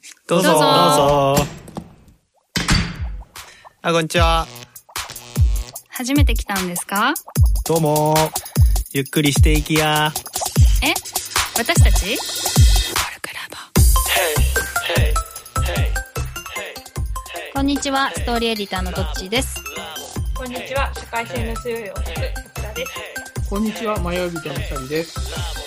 どうぞ。あ、こんにちは。 初めて来たんですか？ どうも。ゆっくりしていきや。 私たち？こんにちは、ストーリーエディターのどっちです。 こんにちは、社会性の強いオタク、こちらです。 こんにちは、迷い人のサビです。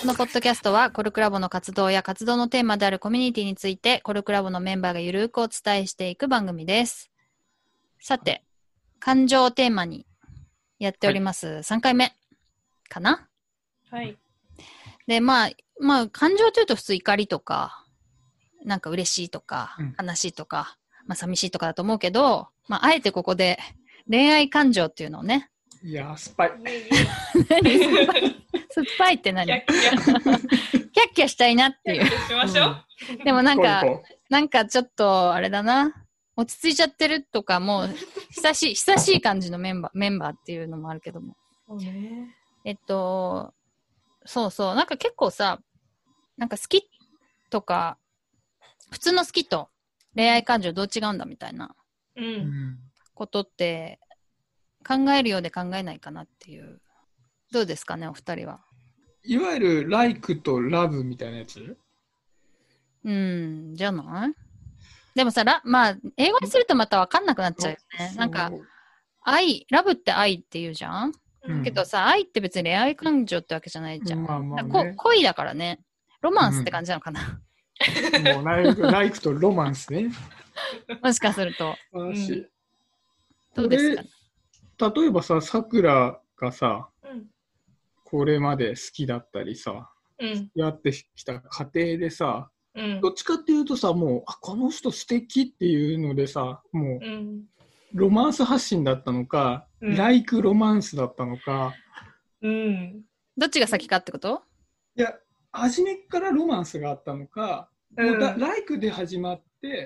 このポッドキャストはコルクラボの活動や活動のテーマであるコミュニティについてコルクラボのメンバーがゆるくお伝えしていく番組です。さて、感情をテーマにやっております、3回目かな。 はい。 で、まあ感情というと普通怒りとかなんか嬉しいとか、悲しいとか、寂しいとかだと思うけど、あえてここで恋愛感情っていうのをね。 いやー、酸っぱい。 何酸っぱいって何？キャッキャしたいなっていう。 キャッキャしましょう。 でもなんかちょっとあれだな。落ち着いちゃってるとか、もう久しい感じのメンバーっていうのもあるけども。 そうね。 そうなんか結構さ、なんか好きとか普通の好きと恋愛感情どう違うんだみたいなことって考えるようで考えないかなっていう。どうですかね、お二人は。 いわゆるライクとラブみたいなやつ？ じゃない？でもさ、英語にするとまた分かんなくなっちゃうよね。なんかラブって愛って言うじゃん、けどさ、愛って別に恋愛感情ってわけじゃないじゃん。ね、恋だからね。ロマンスって感じなのかな。 もうライクとロマンスね。 もしかすると。どうですかね。 例えばさ、さくらがさ、これまで好きだったりさ、やってきた過程でさ、どっちかっていうとさ、もうこの人素敵っていうのでさ、もう、ロマンス発信だったのか、ライクロマンスだったのか、 どっちが先かってこと？ いや、初めからロマンスがあったのか、もうライクで始まって、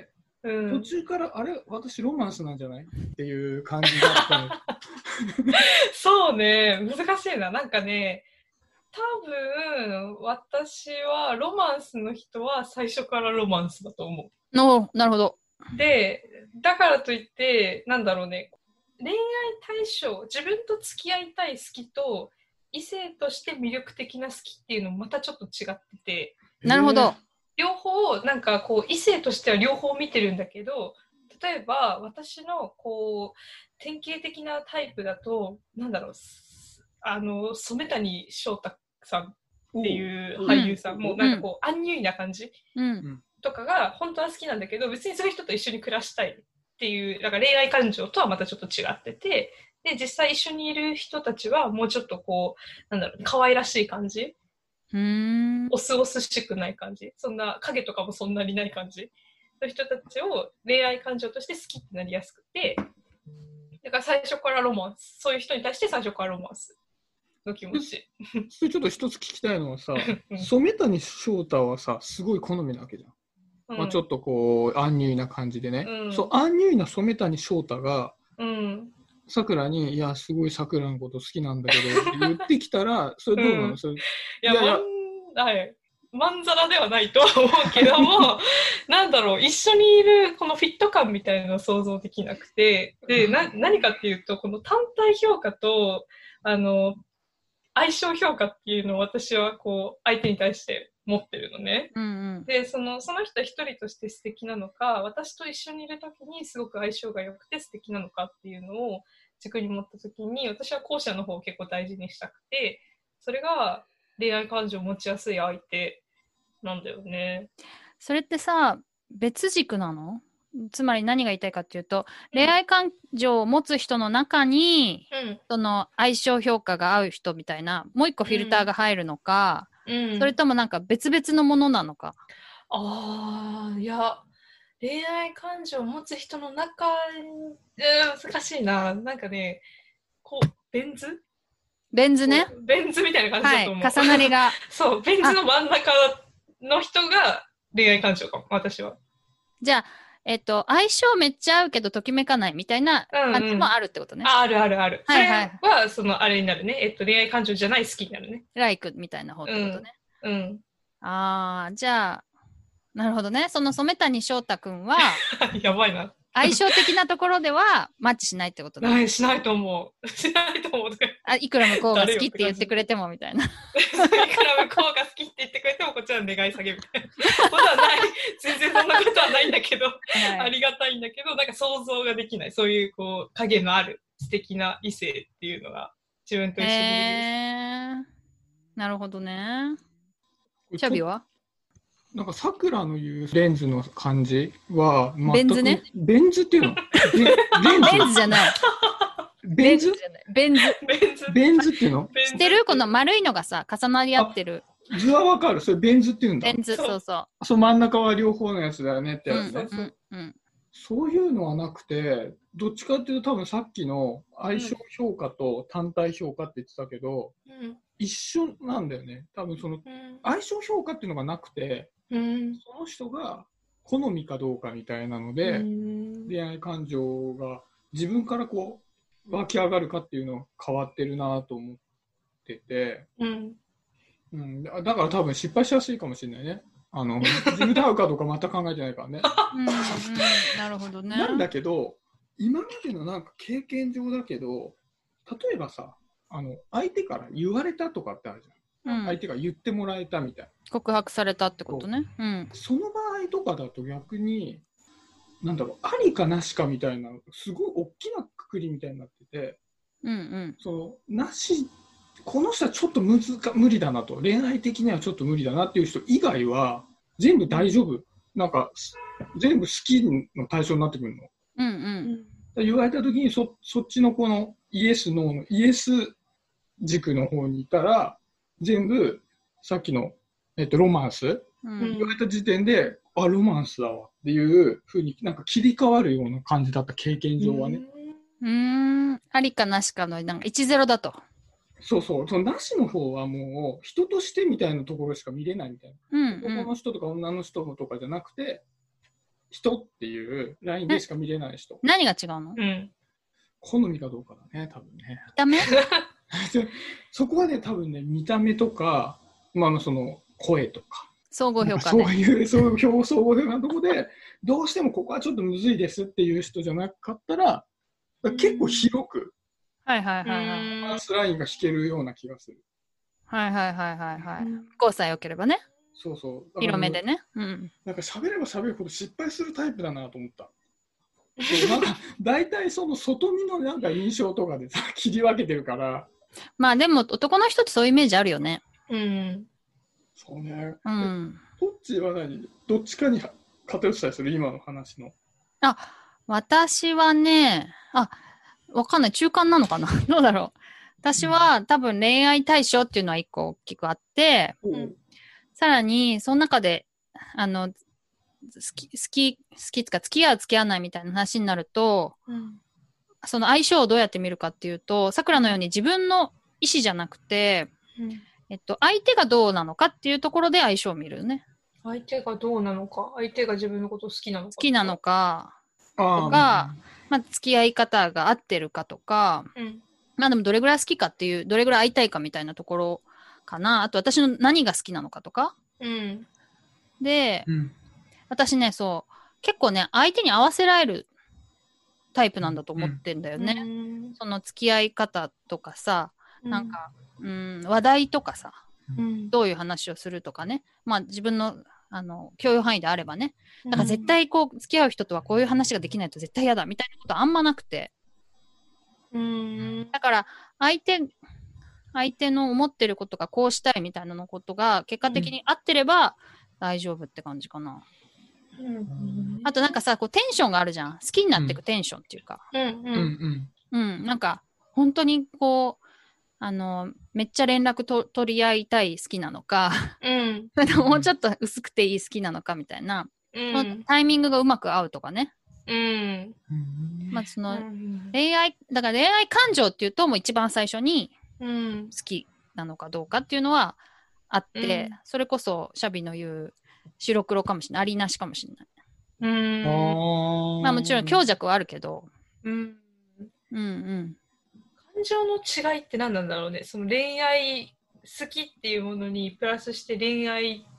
途中から私ロマンスなんじゃないっていう感じだったの。 そうね、難しいな。なんかね、多分私はロマンスの人は最初からロマンスだと思う。 なるほど。 で、だからといってなんだろうね、恋愛対象、自分と付き合いたい好きと異性として魅力的な好きっていうのもまたちょっと違ってて。 なるほど。 両方なんかこう異性としては両方見てるんだけど、例えば私のこう典型的なタイプだとなんだろう、染谷翔太さんっていう俳優さん、もうなんかこうアンニュイな感じ、とかが本当は好きなんだけど、別にそういう人と一緒に暮らしたいっていう、だから恋愛感情とはまたちょっと違ってて、で実際一緒にいる人たちはもうちょっとこうなんだろう、可愛らしい感じ。おすおすしくない感じ、そんな影とかもそんなにない感じの人たちを恋愛感情として好きってなりやすくて、だから最初からロマンス、そういう人に対して最初からロマンスの気持ち。 それちょっと一つ聞きたいのはさ、染谷翔太はさ、すごい好みなわけじゃん。ちょっとこうアンニュイな感じでね、そうアンニュイな染谷翔太が、さくらに、いや、すごいさくらのこと好きなんだけどって言ってきたら、それどうなの？それ、 はい。まんざらではないとは思うけども、なんだろう、一緒にいるこのフィット感みたいなのを想像できなくて、で、何かっていうと、この単体評価と、相性評価っていうのを私はこう、相手に対して持ってるのね。で、その人一人として素敵なのか、私と一緒にいるときにすごく相性が良くて素敵なのかっていうのを軸に持ったときに、私は後者の方を結構大事にしたくて、それが恋愛感情を持ちやすい相手なんだよね。 それってさ、別軸なの？つまり何が言いたいかっていうと、恋愛感情を持つ人の中に、その相性評価が合う人みたいなもう一個フィルターが入るのか、それともなんか別々のものなのか。 いや、恋愛感情を持つ人の中、難しいな。なんかね、こうベン図ね。ベン図みたいな感じだと思う。 重なりが。 そう、ベン図の真ん中の人が恋愛感情かも、私は。 じゃあ、相性めっちゃ合うけどときめかないみたいな感じもあるってことね。 ある。それは、そのあれになるね。恋愛感情じゃない好きになるね。 ライクみたいな方ってことね。じゃあ、 なるほどね。その染谷翔太くんは、 やばいな。 相性的なところではマッチしないってことだ、ね。 しないと思う。しないと思う。 いくら向こうが好きって言ってくれてもみたいな。いくら向こうが好きって言ってくれてもこっちは願い下げみたいなことはない。全然そんなことはないんだけど、はい、ありがたいんだけど、なんか想像ができない。そういうこう影のある素敵な異性っていうのが自分と一緒にいる。 なるほどね。シャビはなんかさくらの言うレンズの感じは全くベンズね。 ベンズっていうの？ ベンズじゃない。 ベンズベンズ。 ベンズっていうの？ 知ってる？この丸いのがさ重なり合ってる。 図はわかる。それベンズって言うんだ。 ベンズ、そうそう。 そう真ん中は両方のやつだよねってやつね。そういうのはなくて、どっちかっていうと多分さっきの相性評価と単体評価って言ってたけど、一緒なんだよね。多分その相性評価っていうのがなくて、その人が好みかどうかみたいなので、恋愛感情が自分からこう湧き上がるかっていうのが変わってるなと思ってて、だから多分失敗しやすいかもしれないね。自分で合うかどうか全く考えてないからね。 なるほどね。 なんだけど、今までのなんか経験上だけど、例えばさ、相手から言われたとかってあるじゃん。相手が言ってもらえたみたいな。 告白されたってことね。 その場合とかだと逆に、なんだろう、ありかなしかみたいな、すごい大きなくくりみたいになってて、そのなし、この人はちょっと無理だなと、恋愛的にはちょっと無理だなっていう人以外は全部大丈夫、なんか全部好きの対象になってくるの。言われた時にそっちのこのイエスノーのイエス軸の方にいたら全部さっきの、ロマンス、言われた時点でロマンスだわっていう風になんか切り替わるような感じだった経験上はね。 ありかなしかのなんか 1-0 だと。 そのなしの方はもう人としてみたいなところしか見れないみたいな。男の人とか女の人とかじゃなくて、人っていうラインでしか見れない人。 何が違うの？ 好みかどうかだね、多分ね。 見た目そこはね、多分ね、見た目とか、その声とか。 総合評価で。そういう総合評価のところで、どうしてもここはちょっとむずいですっていう人じゃなかったら、結構広く。バランスラインが引けるような気がする。 こうさえ良ければね。 そう。 広めでね。 なんか喋れば喋るほど失敗するタイプだなと思った。なんか大体その外見のなんか印象とかでさ切り分けてるから。 まあでも男の人ってそういうイメージあるよね。 そうね。どっちはどっちかに偏ってたりする今の話の。 私はね、わかんない。中間なのかなどうだろう。私は多分恋愛対象っていうのは一個大きくあって、さらにその中で好きつか付き合う付き合わないみたいな話になると、その相性をどうやって見るかっていうと、さくらのように自分の意思じゃなくて、相手がどうなのかっていうところで相性を見るね。 相手がどうなのか、相手が自分のこと好きなのか。 好きなのかとか、付き合い方が合ってるかとか、でもどれぐらい好きかっていう、どれぐらい会いたいかみたいなところかな。あと私の何が好きなのかとか。で、私ね、結構ね、相手に合わせられるタイプなんだと思ってんだよね。その付き合い方とかさ、なんか、話題とかさ、どういう話をするとかね。自分の許容範囲であればね。だから絶対付き合う人とはこういう話ができないと絶対嫌だみたいなことはあんまなくて。だから相手の思ってることがこうしたいみたいなのことが結果的に合ってれば大丈夫って感じかな。あとなんかさ、テンションがあるじゃん。好きになっていくテンションっていうか。なんか本当にめっちゃ連絡取り合いたい好きなのか、もうちょっと薄くていい好きなのかみたいな、タイミングがうまく合うとかね。そのだから恋愛感情っていうともう一番最初に好きなのかどうかっていうのはあって、それこそシャビの言う白黒かもしれない、ありなしかもしれない。もちろん強弱はあるけど。 感情の違いって何なんだろうね。その恋愛好きっていうものにプラスして恋愛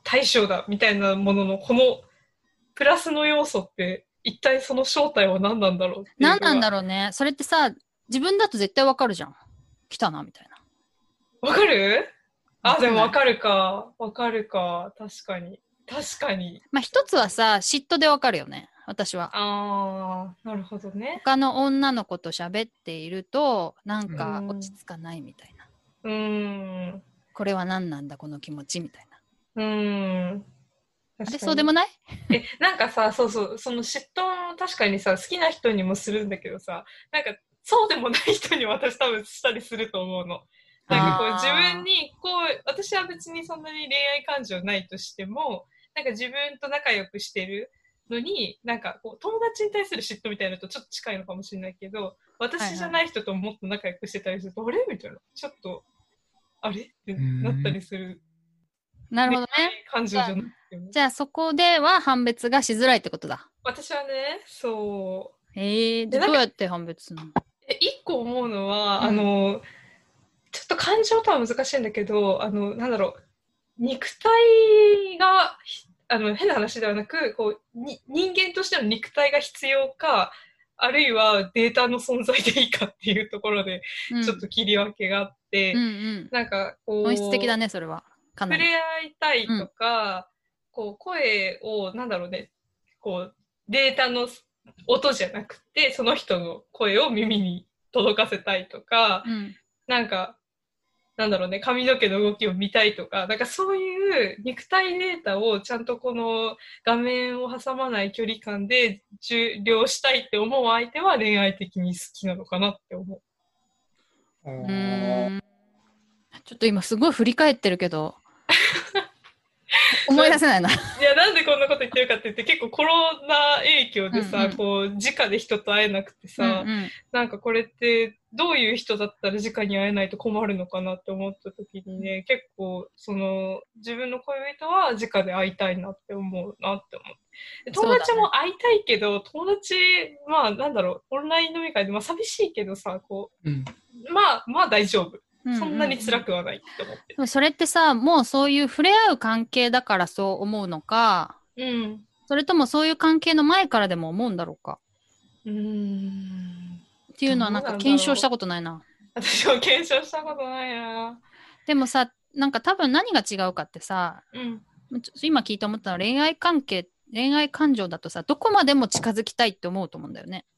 対象だみたいなもののこのプラスの要素って一体その正体は何なんだろうっていう。 何なんだろうね。それってさ、自分だと絶対わかるじゃん。来たなみたいな。 わかる？あ、でもわかるか。わかるか。確かに。確かに。 まあ一つはさ、嫉妬でわかるよね。私は。 ああ、なるほどね。 他の女の子と喋っていると、なんか落ち着かないみたいな。これは何なんだ、この気持ちみたいな。あれ、そうでもない？ なんかさ、そうそう、その嫉妬も確かにさ、好きな人にもするんだけどさ、なんか、そうでもない人に私多分したりすると思うの。なんかこう自分に、こう、私は別にそんなに恋愛感情ないとしても、なんか自分と仲良くしてるのに、なんかこう友達に対する嫉妬みたいなのとちょっと近いのかもしれないけど、私じゃない人ともっと仲良くしてたりすると、あれみたいな。ちょっと、あれってなったりする。 なるほどね。 感情じゃなくても。 じゃあそこでは判別がしづらいってことだ。 私はね、そう。 でどうやって判別するの？ 一個思うのは、ちょっと感情とは難しいんだけど、なんだろう、肉体が、変な話ではなく、こう、人間としての肉体が必要か、あるいはデータの存在でいいかっていうところで、ちょっと切り分けがあって、なんかこう、 本質的だね、それは。 触れ合いたいとか、こう、声を、なんだろうね、こう、データの音じゃなくて、その人の声を耳に届かせたいとか、なんか、なんだろうね、髪の毛の動きを見たいとか、なんかそういう肉体データをちゃんとこの画面を挟まない距離感で受領したいって思う相手は恋愛的に好きなのかなって思う。 ちょっと今すごい振り返ってるけど、思い出せないな。 いや、なんでこんなこと言ってるかって言って、結構コロナ影響でさ、こう、直で人と会えなくてさ、なんかこれって、どういう人だったら直に会えないと困るのかなって思った時にね、結構、自分の恋人は直で会いたいなって思うなって思う。友達も会いたいけど、友達、まあ、なんだろう、オンライン飲み会で、まあ寂しいけどさ、こう、まあ大丈夫。そんなに辛くはないって思って。 でもそれってさ、もうそういう触れ合う関係だからそう思うのか、それともそういう関係の前からでも思うんだろうか。っていうのはなんか検証したことないな。 私も検証したことないな。 でもさ、なんか多分何が違うかってさ、今聞いて思ったのは恋愛感情だとさ、どこまでも近づきたいって思うと思うんだよね。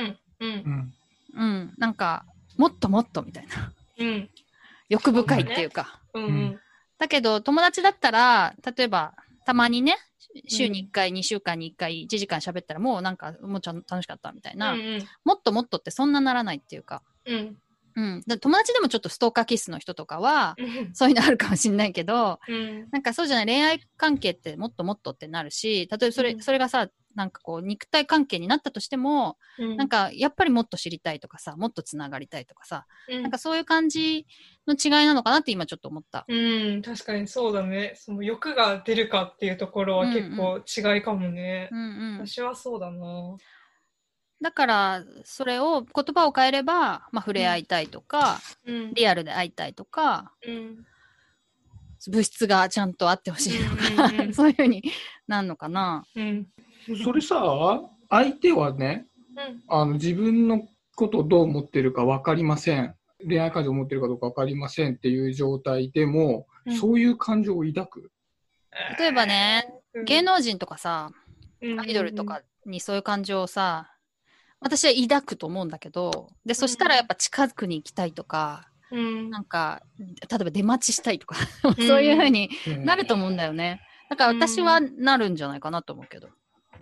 なんか、もっともっとみたいな。欲深いっていうか。だけど、友達だったら、例えば、たまにね、週に1回、2週間に1回、1時間喋ったら、もうなんか、もうちょっと楽しかったみたいな、もっともっとってそんなならないっていうか。だ友達でもちょっとストーカー気質の人とかは、そういうのあるかもしれないけど、なんかそうじゃない恋愛関係ってもっともっとってなるし、例えばそれがさ、なんかこう肉体関係になったとしても、なんかやっぱりもっと知りたいとかさ、もっとつながりたいとかさ、なんかそういう感じの違いなのかなって今ちょっと思った。 確かにそうだね。その欲が出るかっていうところは結構違いかもね。私はそうだな。 だからそれを言葉を変えれば、まあ、触れ合いたいとか、リアルで会いたいとか、物質がちゃんとあってほしいとか、そういうふうになるのかな。 それさ、相手はね、自分のことをどう思ってるか分かりません。恋愛感情を持ってるかどうか分かりませんっていう状態でも、そういう感情を抱く。 例えばね、芸能人とかさ、アイドルとかにそういう感情をさ、私は抱くと思うんだけど、で、そしたらやっぱ近くに行きたいとか、なんか、例えば出待ちしたいとか、そういう風になると思うんだよね。だから私はなるんじゃないかなと思うけど。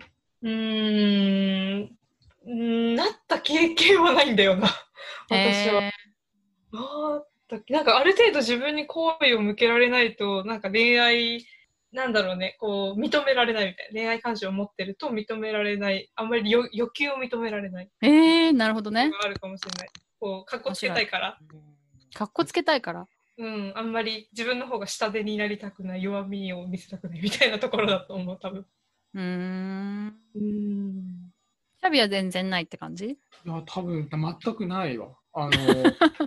なった経験はないんだよな、私は。なんかある程度自分に好意を向けられないと、なんか恋愛、なんだろうね、こう、認められないみたいな。恋愛感情を持ってると認められない。あんまり欲求を認められない。 なるほどね。 あるかもしれない。こう、かっこつけたいから。 かっこつけたいから。 あんまり自分の方が下手になりたくない、弱みを見せたくないみたいなところだと思う、多分。 シャビは全然ないって感じ？ いや、多分全くないわ。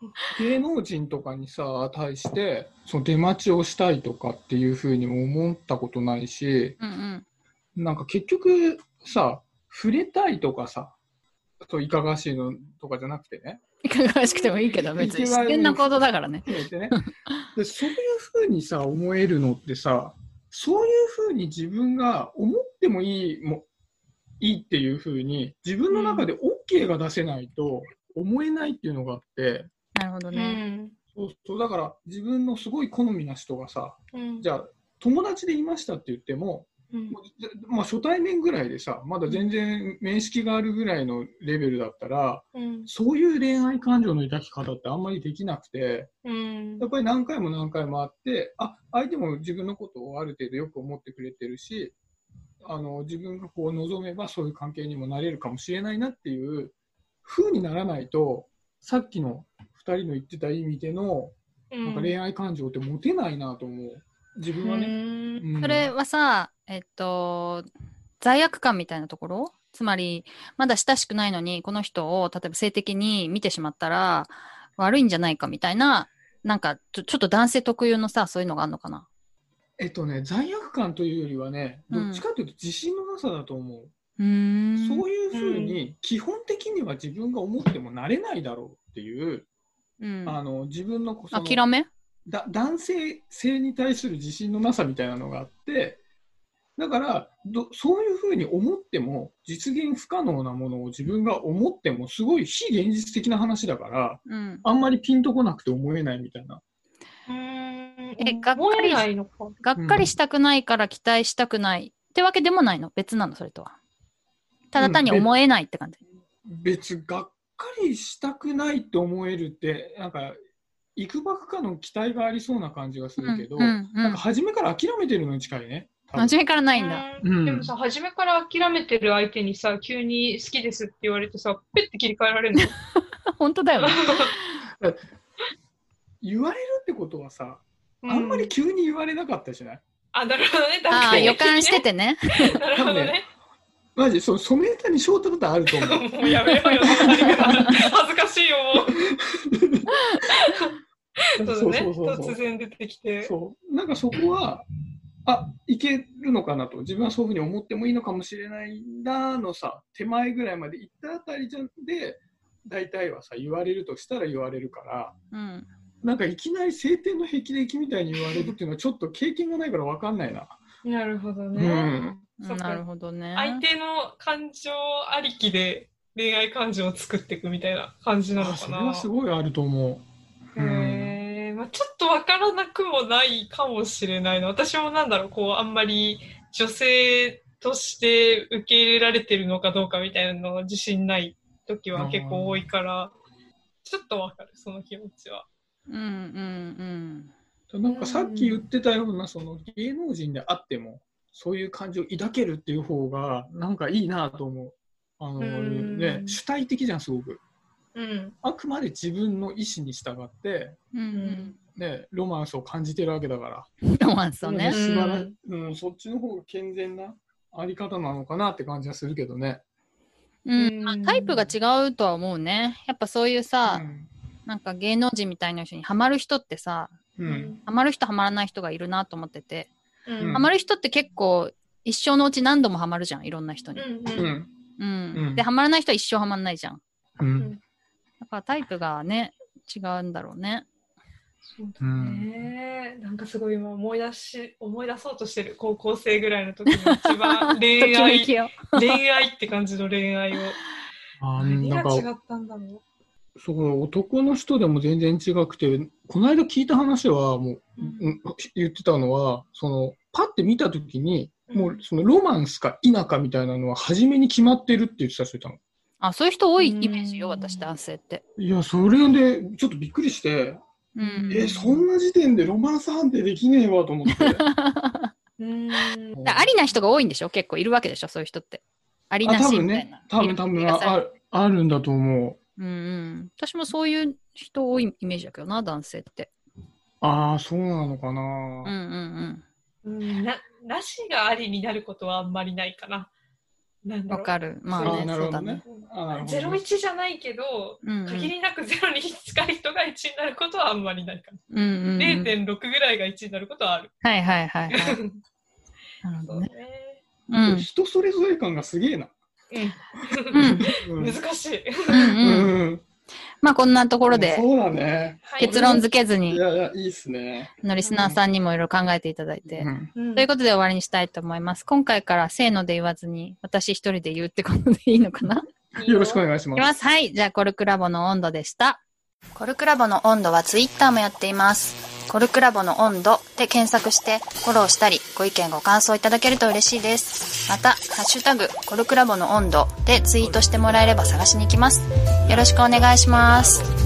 芸能人とかにさ対してその出待ちをしたいとかっていうふうにも思ったことないし、なんか結局さ触れたいとかさ、そういかがわしいのとかじゃなくてね、 いかがわしくてもいいけど別に自然な行動だからね。 でそういうふうにさ思えるのってさ、そういうふうに自分が思ってもいいっていうふうに自分の中で OK が出せないと思えないっていうのがあって、 なるほどね。 そうだから自分のすごい好みな人がさ、じゃあ友達でいましたって言っても、まあ、初対面ぐらいでさまだ全然面識があるぐらいのレベルだったら、そういう恋愛感情の抱き方ってあんまりできなくて、やっぱり何回も何回もあって、相手も自分のことをある程度よく思ってくれてるし、自分がこう望めばそういう関係にもなれるかもしれないなっていう風にならないと、さっきの2人の言ってた意味でのなんか恋愛感情って持てないなと思う。自分はね。 それはさ、罪悪感みたいなところ、つまりまだ親しくないのにこの人を例えば性的に見てしまったら悪いんじゃないかみたいな、なんかちょっと男性特有のさそういうのがあるのかな。 罪悪感というよりはね、どっちかというと自信のなさだと思う。そういうふうに基本的には自分が思ってもなれないだろうっていう、自分のその諦め男性性に対する自信のなさみたいなのがあって、だからそういうふうに思っても実現不可能なものを自分が思ってもすごい非現実的な話だから、あんまりピンとこなくて思えないみたいな。 がっかりしたくないから期待したくないってわけでもないの？別なの？それとはただ単に思えないって感じ？ 別がっかりしたくないって思えるってなんかいくばくかの期待がありそうな感じがするけど、なんか初めから諦めてるのに近いね。 初めからないんだ。 でもさ、初めから諦めてる相手にさ、急に好きですって言われてさ、ペッて切り替えられるの？ 本当だよね。 言われるってことはさ、あんまり急に言われなかったじゃない？ なるほどね。 予感しててね。 なるほどね。 マジ染めたに翔太ことあると思う。 もうやめようよ。恥ずかしいよ、もう。そうだね。突然出てきて。 なんかそこは、いけるのかなと。自分はそういうふうに思ってもいいのかもしれないなのさ、手前ぐらいまで行ったあたりで、大体はさ、言われるとしたら言われるから、なんかいきなり晴天の霹靂みたいに言われるっていうのはちょっと経験がないから分かんないな。 なるほどね。 なるほどね。 相手の感情ありきで恋愛感情を作っていくみたいな感じなのかな。 それはすごいあると思う。 ちょっと分からなくもないかもしれないの。私もあんまり女性として受け入れられてるのかどうかみたいなの自信ない時は結構多いから、ちょっと分かる、その気持ちは。 なんかさっき言ってたようなその芸能人であってもそういう感情を抱けるっていう方がなんかいいなと思う。主体的じゃんすごく。あくまで自分の意思に従って、ロマンスを感じてるわけだから。 ロマンスをね。 そっちの方が健全なあり方なのかなって感じがするけどね。 タイプが違うとは思うね。やっぱそういうさ、なんか芸能人みたいな人にハマる人ってさ、ハマる人ハマらない人がいるなと思ってて、ハマる人って結構一生のうち何度もハマるじゃん、いろんな人に。でハマらない人は一生ハマんないじゃん。だからタイプがね違うんだろうね。 そうだね。なんかすごい今思い出そうとしてる、高校生ぐらいの時の一番恋愛って感じの恋愛を。何が違ったんだろう。 男の人でも全然違くて、この間聞いた話はもう、言ってたのはパッて見た時に、もうそのロマンスか否かみたいなのは初めに決まってるって言ってた人いたの。 そういう人多いイメージよ、私男性って。 いやそれでちょっとびっくりして、そんな時点でロマンス判定できねえわと思って。ありな人が多いんでしょ、結構いるわけでしょ、そういう人って。ありなしみたいな。 多分あるんだと思う。 私もそういう人多いイメージだけどな、男性って。 そうなのかな。 なしがありになることはあんまりないかな。 なんだろう。 わかる。まあね、そうだね。 01じゃないけど、限りなく0に近い人が1になることはあんまりないかな。0.6 ぐらいが1になることはある。 はいはいはい。なるほどね。 人それぞれ感がすげえな。 難しい。 まあこんなところでそうだね。 結論付けずに、 いやいいっすね。 リスナーさんにもいろいろ考えていただいて、ということで終わりにしたいと思います。今回からせーので言わずに私一人で言うってことでいいのかな？ よろしくお願いします。 はい。じゃあコルクラボの温度でした。コルクラボの温度はツイッターもやっています。コルクラボの温度で検索してフォローしたりご意見ご感想いただけると嬉しいです。またハッシュタグコルクラボの温度でツイートしてもらえれば探しに行きます。よろしくお願いします。